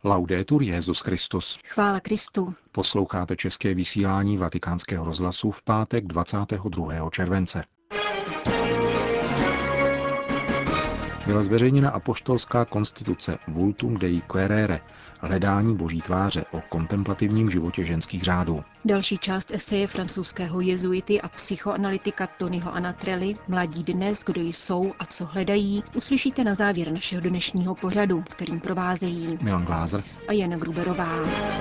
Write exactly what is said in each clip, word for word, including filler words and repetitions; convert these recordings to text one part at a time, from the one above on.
Laudetur Jesus Christus. Chvála Kristu. Posloucháte české vysílání Vatikánského rozhlasu v pátek dvacátého druhého července. Byla zveřejněna apoštolská konstituce Vultum Dei Quaerere, hledání boží tváře, o kontemplativním životě ženských řádů. Další část eseje francouzského jezuity a psychoanalytika Tonyho Anatrelli Mladí dnes, kdo jsou a co hledají, uslyšíte na závěr našeho dnešního pořadu, kterým provázejí Milan Glázer a Jana Gruberová.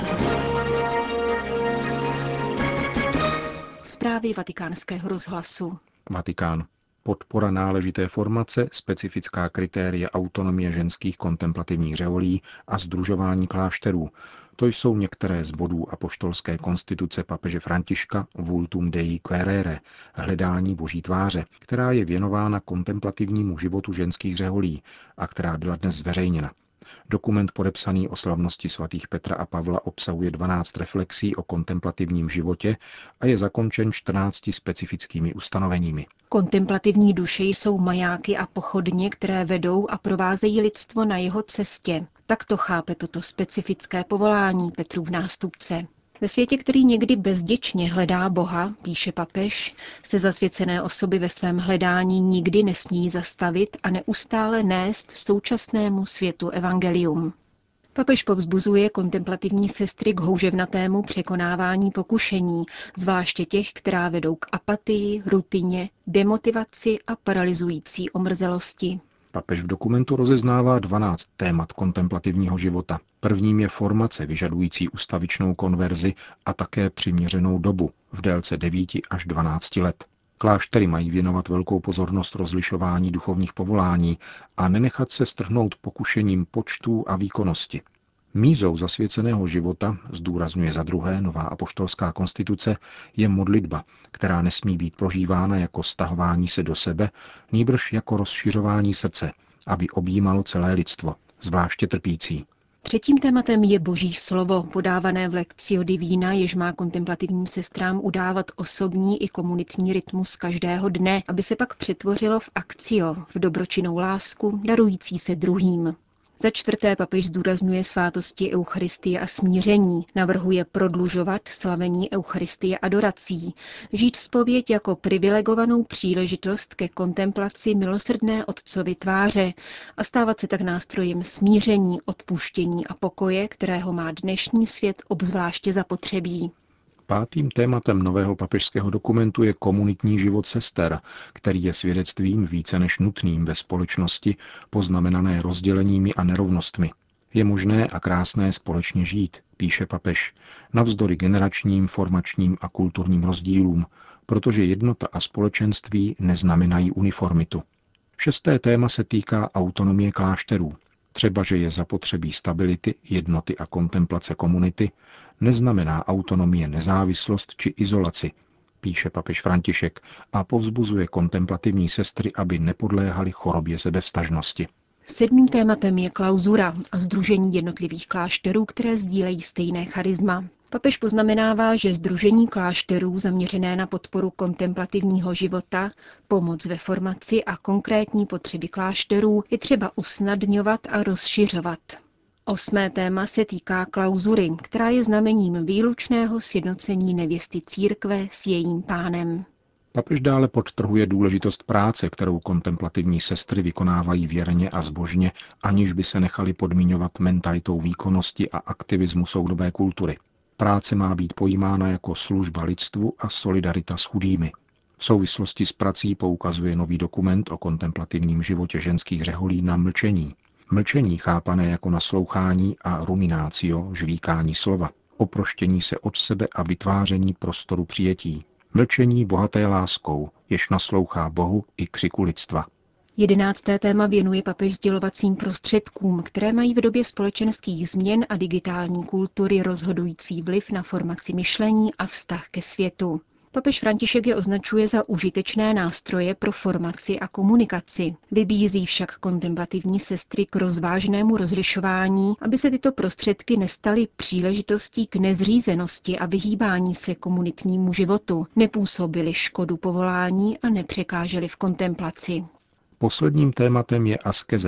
Zprávy Vatikánského rozhlasu. Vatikán. Podpora náležité formace, specifická kritéria autonomie ženských kontemplativních řeholí a sdružování klášterů. To jsou některé z bodů apoštolské konstituce papeže Františka Vultum Dei Quaerere, hledání boží tváře, která je věnována kontemplativnímu životu ženských řeholí a která byla dnes zveřejněna. Dokument podepsaný o slavnosti svatých Petra a Pavla obsahuje dvanáct reflexí o kontemplativním životě a je zakončen čtrnácti specifickými ustanoveními. Kontemplativní duše jsou majáky a pochodně, které vedou a provázejí lidstvo na jeho cestě. Tak to chápe toto specifické povolání Petrův nástupce. Ve světě, který někdy bezděčně hledá Boha, píše papež, se zasvěcené osoby ve svém hledání nikdy nesmí zastavit a neustále nést současnému světu evangelium. Papež povzbuzuje kontemplativní sestry k houževnatému překonávání pokušení, zvláště těch, která vedou k apatii, rutině, demotivaci a paralyzující omrzelosti. Papež v dokumentu rozeznává dvanáct témat kontemplativního života. Prvním je formace vyžadující ustavičnou konverzi a také přiměřenou dobu v délce devíti až dvanácti let. Kláštery mají věnovat velkou pozornost rozlišování duchovních povolání a nenechat se strhnout pokušením počtů a výkonnosti. Mízou zasvěceného života, zdůrazňuje za druhé nová apoštolská konstituce, je modlitba, která nesmí být prožívána jako stahování se do sebe, nýbrž jako rozšiřování srdce, aby objímalo celé lidstvo, zvláště trpící. Třetím tématem je Boží slovo, podávané v Lectio Divina, jež má kontemplativním sestrám udávat osobní i komunitní rytmus každého dne, aby se pak přetvořilo v akcio, v dobročinnou lásku, darující se druhým. Za čtvrté papež zdůrazňuje svátosti Eucharistie a smíření, navrhuje prodlužovat slavení Eucharistie adorací, žít zpověď jako privilegovanou příležitost ke kontemplaci milosrdné Otcovy tváře a stávat se tak nástrojem smíření, odpuštění a pokoje, kterého má dnešní svět obzvláště zapotřebí. Pátým tématem nového papežského dokumentu je komunitní život sester, který je svědectvím více než nutným ve společnosti, poznamenané rozděleními a nerovnostmi. Je možné a krásné společně žít, píše papež, navzdory generačním, formačním a kulturním rozdílům, protože jednota a společenství neznamenají uniformitu. Šesté téma se týká autonomie klášterů. Třeba, že je zapotřebí stability, jednoty a kontemplace komunity, neznamená autonomie nezávislost či izolaci, píše papež František a povzbuzuje kontemplativní sestry, aby nepodléhaly chorobě sebevztažnosti. Sedmým tématem je klauzura a sdružení jednotlivých klášterů, které sdílejí stejné charisma. Papež poznamenává, že sdružení klášterů zaměřené na podporu kontemplativního života, pomoc ve formaci a konkrétní potřeby klášterů je třeba usnadňovat a rozšiřovat. Osmé téma se týká klauzury, která je znamením výlučného sjednocení nevěsty církve s jejím pánem. Papež dále podtrhuje důležitost práce, kterou kontemplativní sestry vykonávají věrně a zbožně, aniž by se nechali podmiňovat mentalitou výkonnosti a aktivismu soudobé kultury. Práce má být pojímána jako služba lidstvu a solidarita s chudými. V souvislosti s prací poukazuje nový dokument o kontemplativním životě ženských řeholí na mlčení. Mlčení chápané jako naslouchání a ruminácio, žvíkání slova, oproštění se od sebe a vytváření prostoru přijetí. Mlčení bohaté láskou, jež naslouchá Bohu i křiku lidstva. Jedenácté téma věnuje papež sdělovacím prostředkům, které mají v době společenských změn a digitální kultury rozhodující vliv na formaci myšlení a vztah ke světu. Papež František je označuje za užitečné nástroje pro formaci a komunikaci. Vybízí však kontemplativní sestry k rozvážnému rozlišování, aby se tyto prostředky nestaly příležitostí k nezřízenosti a vyhýbání se komunitnímu životu, nepůsobily škodu povolání a nepřekážely v kontemplaci. Posledním tématem je askeze,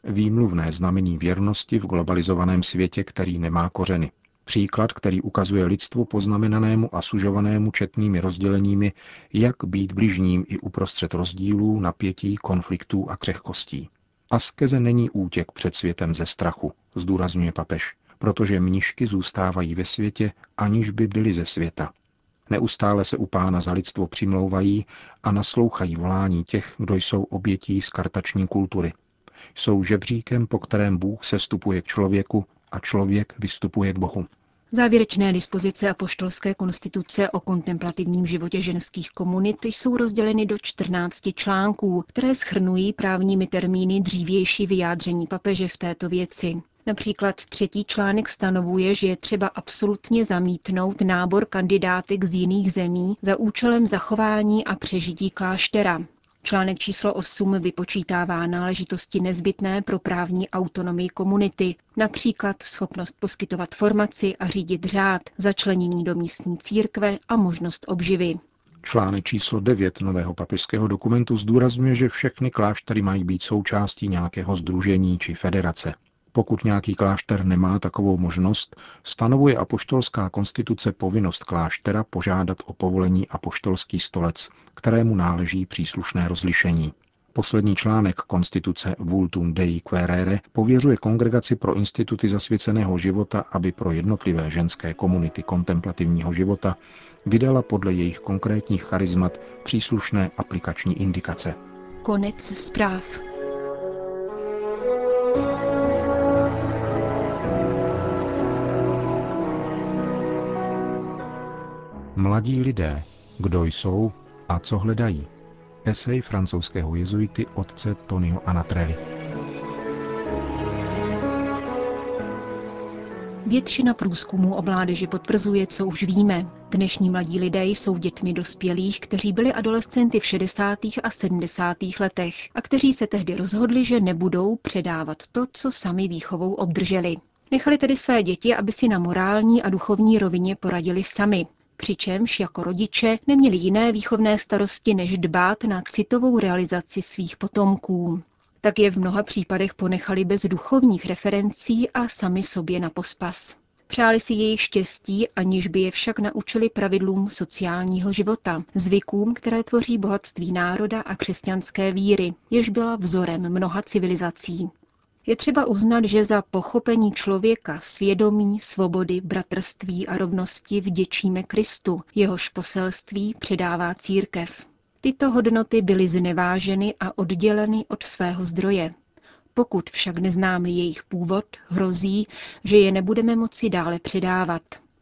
Výmluvné znamení věrnosti v globalizovaném světě, který nemá kořeny. Příklad, který ukazuje lidstvu poznamenanému a sužovanému četnými rozděleními, jak být bližním i uprostřed rozdílů, napětí, konfliktů a křehkostí. Askeze není útěk před světem ze strachu, zdůrazňuje papež, protože mnišky zůstávají ve světě, aniž by byly ze světa. Neustále se u Pána za lidstvo přimlouvají a naslouchají volání těch, kdo jsou obětí skartační kultury. Jsou žebříkem, po kterém Bůh sestupuje k člověku a člověk vystupuje k Bohu. Závěrečné dispozice apoštolské konstituce o kontemplativním životě ženských komunit jsou rozděleny do čtrnácti článků, které shrnují právními termíny dřívější vyjádření papeže v této věci. Například třetí článek stanovuje, že je třeba absolutně zamítnout nábor kandidátek z jiných zemí za účelem zachování a přežití kláštera. Článek číslo osm vypočítává náležitosti nezbytné pro právní autonomii komunity, například schopnost poskytovat formaci a řídit řád, začlenění do místní církve a možnost obživy. Článek číslo devět nového papežského dokumentu zdůrazňuje, že všechny kláštery mají být součástí nějakého sdružení či federace. Pokud nějaký klášter nemá takovou možnost, stanovuje apoštolská konstituce povinnost kláštera požádat o povolení apoštolský stolec, kterému náleží příslušné rozlišení. Poslední článek konstituce Vultum Dei Quaerere pověřuje Kongregaci pro instituty zasvěceného života, aby pro jednotlivé ženské komunity kontemplativního života vydala podle jejich konkrétních charizmat příslušné aplikační indikace. Konec zpráv. Mladí lidé, kdo jsou a co hledají? Esej francouzského jezuity otce Tonio Anatrelli. Většina průzkumů o mládeži potvrzuje, co už víme. Dnešní mladí lidé jsou dětmi dospělých, kteří byli adolescenty v šedesátých a sedmdesátých letech a kteří se tehdy rozhodli, že nebudou předávat to, co sami výchovou obdrželi. Nechali tedy své děti, aby si na morální a duchovní rovině poradili sami. Přičemž jako rodiče neměli jiné výchovné starosti, než dbát na citovou realizaci svých potomků. Tak je v mnoha případech ponechali bez duchovních referencí a sami sobě na pospas. Přáli si jejich štěstí, aniž by je však naučili pravidlům sociálního života, zvykům, které tvoří bohatství národa a křesťanské víry, jež byla vzorem mnoha civilizací. Je třeba uznat, že za pochopení člověka, svědomí, svobody, bratrství a rovnosti vděčíme Kristu, jehož poselství předává církev. Tyto hodnoty byly zneváženy a odděleny od svého zdroje. Pokud však neznáme jejich původ, hrozí, že je nebudeme moci dále předávat.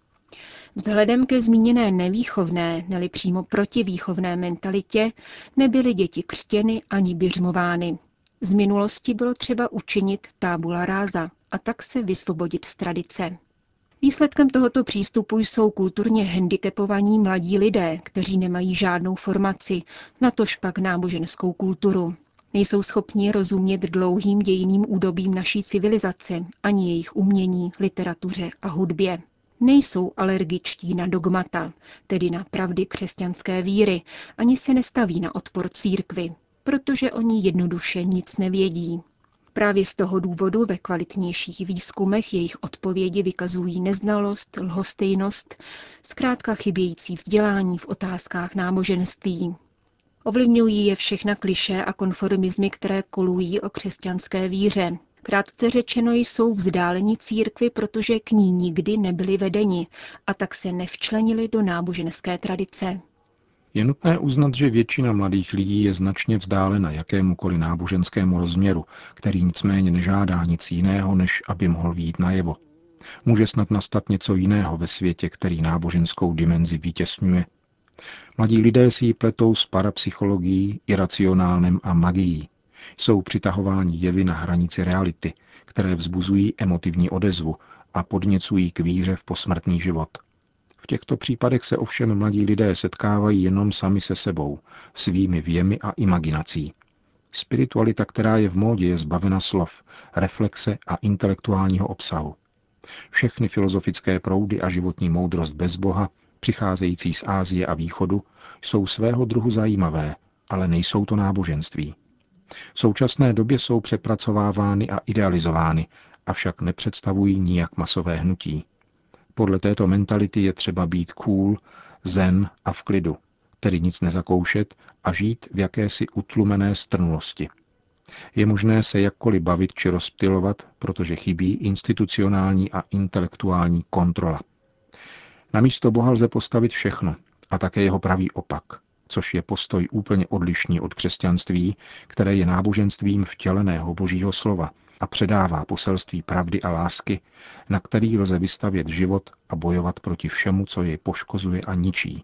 Vzhledem ke zmíněné nevýchovné, neli přímo protivýchovné mentalitě, nebyly děti křtěny ani biřmovány. Z minulosti bylo třeba učinit tabula rasa a tak se vysvobodit z tradice. Výsledkem tohoto přístupu jsou kulturně handicapovaní mladí lidé, kteří nemají žádnou formaci, natož pak náboženskou kulturu. Nejsou schopni rozumět dlouhým dějinným údobím naší civilizace, ani jejich umění, literatuře a hudbě. Nejsou alergičtí na dogmata, tedy na pravdy křesťanské víry, ani se nestaví na odpor církvi, protože oni jednoduše nic nevědí. Právě z toho důvodu ve kvalitnějších výzkumech jejich odpovědi vykazují neznalost, lhostejnost, zkrátka chybějící vzdělání v otázkách náboženství. Ovlivňují je všechna klišé a konformismy, které kolují o křesťanské víře. Krátce řečeno jsou vzdáleni církvi, protože k ní nikdy nebyli vedeni a tak se nevčlenili do náboženské tradice. Je nutné uznat, že většina mladých lidí je značně vzdálena jakémukoliv náboženskému rozměru, který nicméně nežádá nic jiného, než aby mohl vyjít najevo. Může snad nastat něco jiného ve světě, který náboženskou dimenzi vytěsňuje. Mladí lidé si ji pletou s parapsychologií, iracionálnem a magií. Jsou přitahováni jevy na hranici reality, které vzbuzují emotivní odezvu a podněcují k víře v posmrtný život. V těchto případech se ovšem mladí lidé setkávají jenom sami se sebou, svými věmy a imaginací. Spiritualita, která je v módě, je zbavena slov, reflexe a intelektuálního obsahu. Všechny filozofické proudy a životní moudrost bez Boha, přicházející z Asie a východu, jsou svého druhu zajímavé, ale nejsou to náboženství. V současné době jsou přepracovávány a idealizovány, avšak nepředstavují nijak masové hnutí. Podle této mentality je třeba být cool, zen a v klidu, tedy nic nezakoušet a žít v jakési utlumené strnulosti. Je možné se jakkoliv bavit či rozptylovat, protože chybí institucionální a intelektuální kontrola. Namísto Boha lze postavit všechno a také jeho pravý opak, což je postoj úplně odlišný od křesťanství, které je náboženstvím vtěleného Božího slova a předává poselství pravdy a lásky, na který lze vystavět život a bojovat proti všemu, co jej poškozuje a ničí.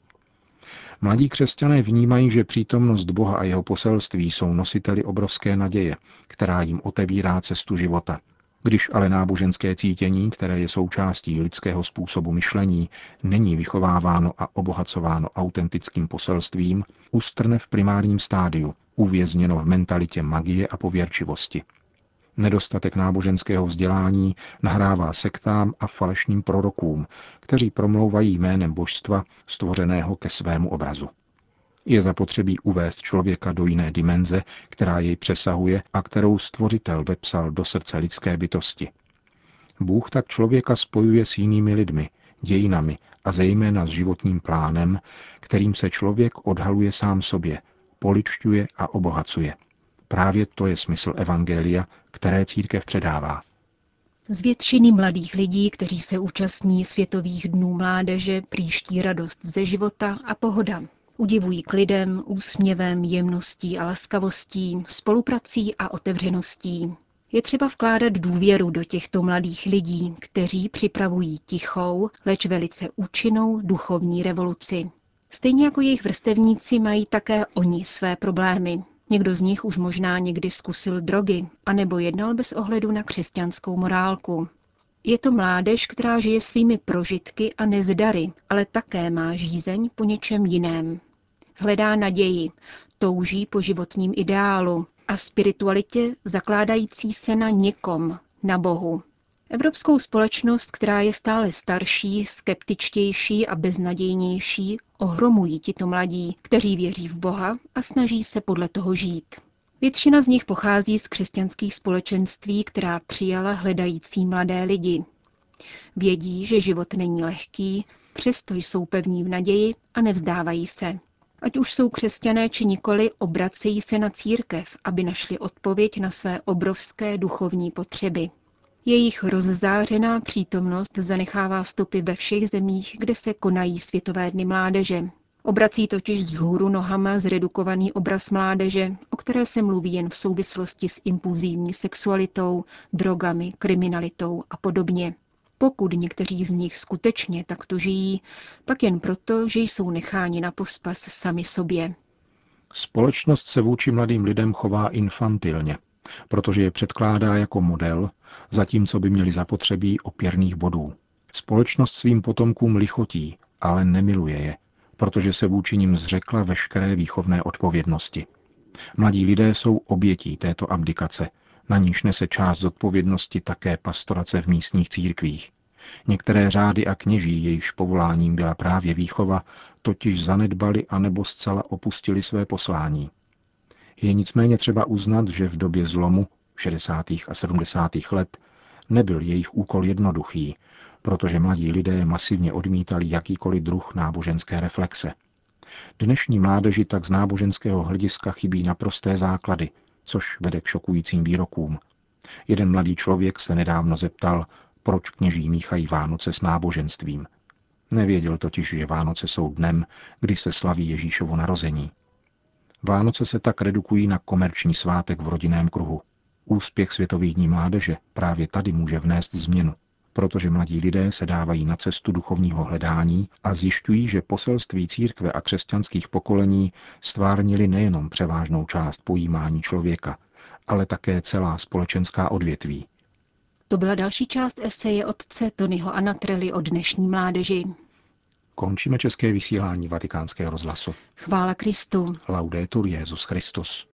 Mladí křesťané vnímají, že přítomnost Boha a jeho poselství jsou nositeli obrovské naděje, která jim otevírá cestu života. Když ale náboženské cítění, které je součástí lidského způsobu myšlení, není vychováváno a obohacováno autentickým poselstvím, ustrne v primárním stádiu, uvězněno v mentalitě magie a pověrčivosti. Nedostatek náboženského vzdělání nahrává sektám a falešným prorokům, kteří promlouvají jménem božstva stvořeného ke svému obrazu. Je zapotřebí uvést člověka do jiné dimenze, která jej přesahuje a kterou stvořitel vepsal do srdce lidské bytosti. Bůh tak člověka spojuje s jinými lidmi, dějinami a zejména s životním plánem, kterým se člověk odhaluje sám sobě, poličťuje a obohacuje. Právě to je smysl evangelia, které církev předává. Z většiny mladých lidí, kteří se účastní Světových dnů mládeže, příští radost ze života a pohoda. Udivují klidem, úsměvem, jemností a laskavostí, spoluprací a otevřeností. Je třeba vkládat důvěru do těchto mladých lidí, kteří připravují tichou, leč velice účinnou duchovní revoluci. Stejně jako jejich vrstevníci mají také oni své problémy. Někdo z nich už možná někdy zkusil drogy, anebo jednal bez ohledu na křesťanskou morálku. Je to mládež, která žije svými prožitky a nezdary, ale také má žízeň po něčem jiném. Hledá naději, touží po životním ideálu a spiritualitě zakládající se na někom, na Bohu. Evropskou společnost, která je stále starší, skeptičtější a beznadějnější, ohromují tito mladí, kteří věří v Boha a snaží se podle toho žít. Většina z nich pochází z křesťanských společenství, která přijala hledající mladé lidi. Vědí, že život není lehký, přesto jsou pevní v naději a nevzdávají se. Ať už jsou křesťané či nikoli, obracejí se na církev, aby našli odpověď na své obrovské duchovní potřeby. Jejich rozzářená přítomnost zanechává stopy ve všech zemích, kde se konají Světové dny mládeže. Obrací totiž vzhůru nohama zredukovaný obraz mládeže, o které se mluví jen v souvislosti s impulzivní sexualitou, drogami, kriminalitou a podobně. Pokud někteří z nich skutečně takto žijí, pak jen proto, že jsou necháni na pospas sami sobě. Společnost se vůči mladým lidem chová infantilně, protože je předkládá jako model, zatímco by měli zapotřebí opěrných bodů. Společnost svým potomkům lichotí, ale nemiluje je, protože se vůči nim zřekla veškeré výchovné odpovědnosti. Mladí lidé jsou obětí této abdikace, na níž nese část zodpovědnosti také pastorace v místních církvích. Některé řády a kněží, jejichž povoláním byla právě výchova, totiž zanedbali anebo zcela opustili své poslání. Je nicméně třeba uznat, že v době zlomu šedesátých a sedmdesátých let nebyl jejich úkol jednoduchý, protože mladí lidé masivně odmítali jakýkoliv druh náboženské reflexe. Dnešní mládeži tak z náboženského hlediska chybí naprosté základy, což vede k šokujícím výrokům. Jeden mladý člověk se nedávno zeptal, proč kněží míchají Vánoce s náboženstvím. Nevěděl totiž, že Vánoce jsou dnem, kdy se slaví Ježíšovo narození. Vánoce se tak redukují na komerční svátek v rodinném kruhu. Úspěch Světových dní mládeže právě tady může vnést změnu, protože mladí lidé se dávají na cestu duchovního hledání a zjišťují, že poselství církve a křesťanských pokolení stvárnili nejenom převážnou část pojímání člověka, ale také celá společenská odvětví. To byla další část eseje otce Tonyho Anatrelli o dnešní mládeži. Končíme české vysílání Vatikánského rozhlasu. Chvála Kristu. Laudetur Jesus Christus.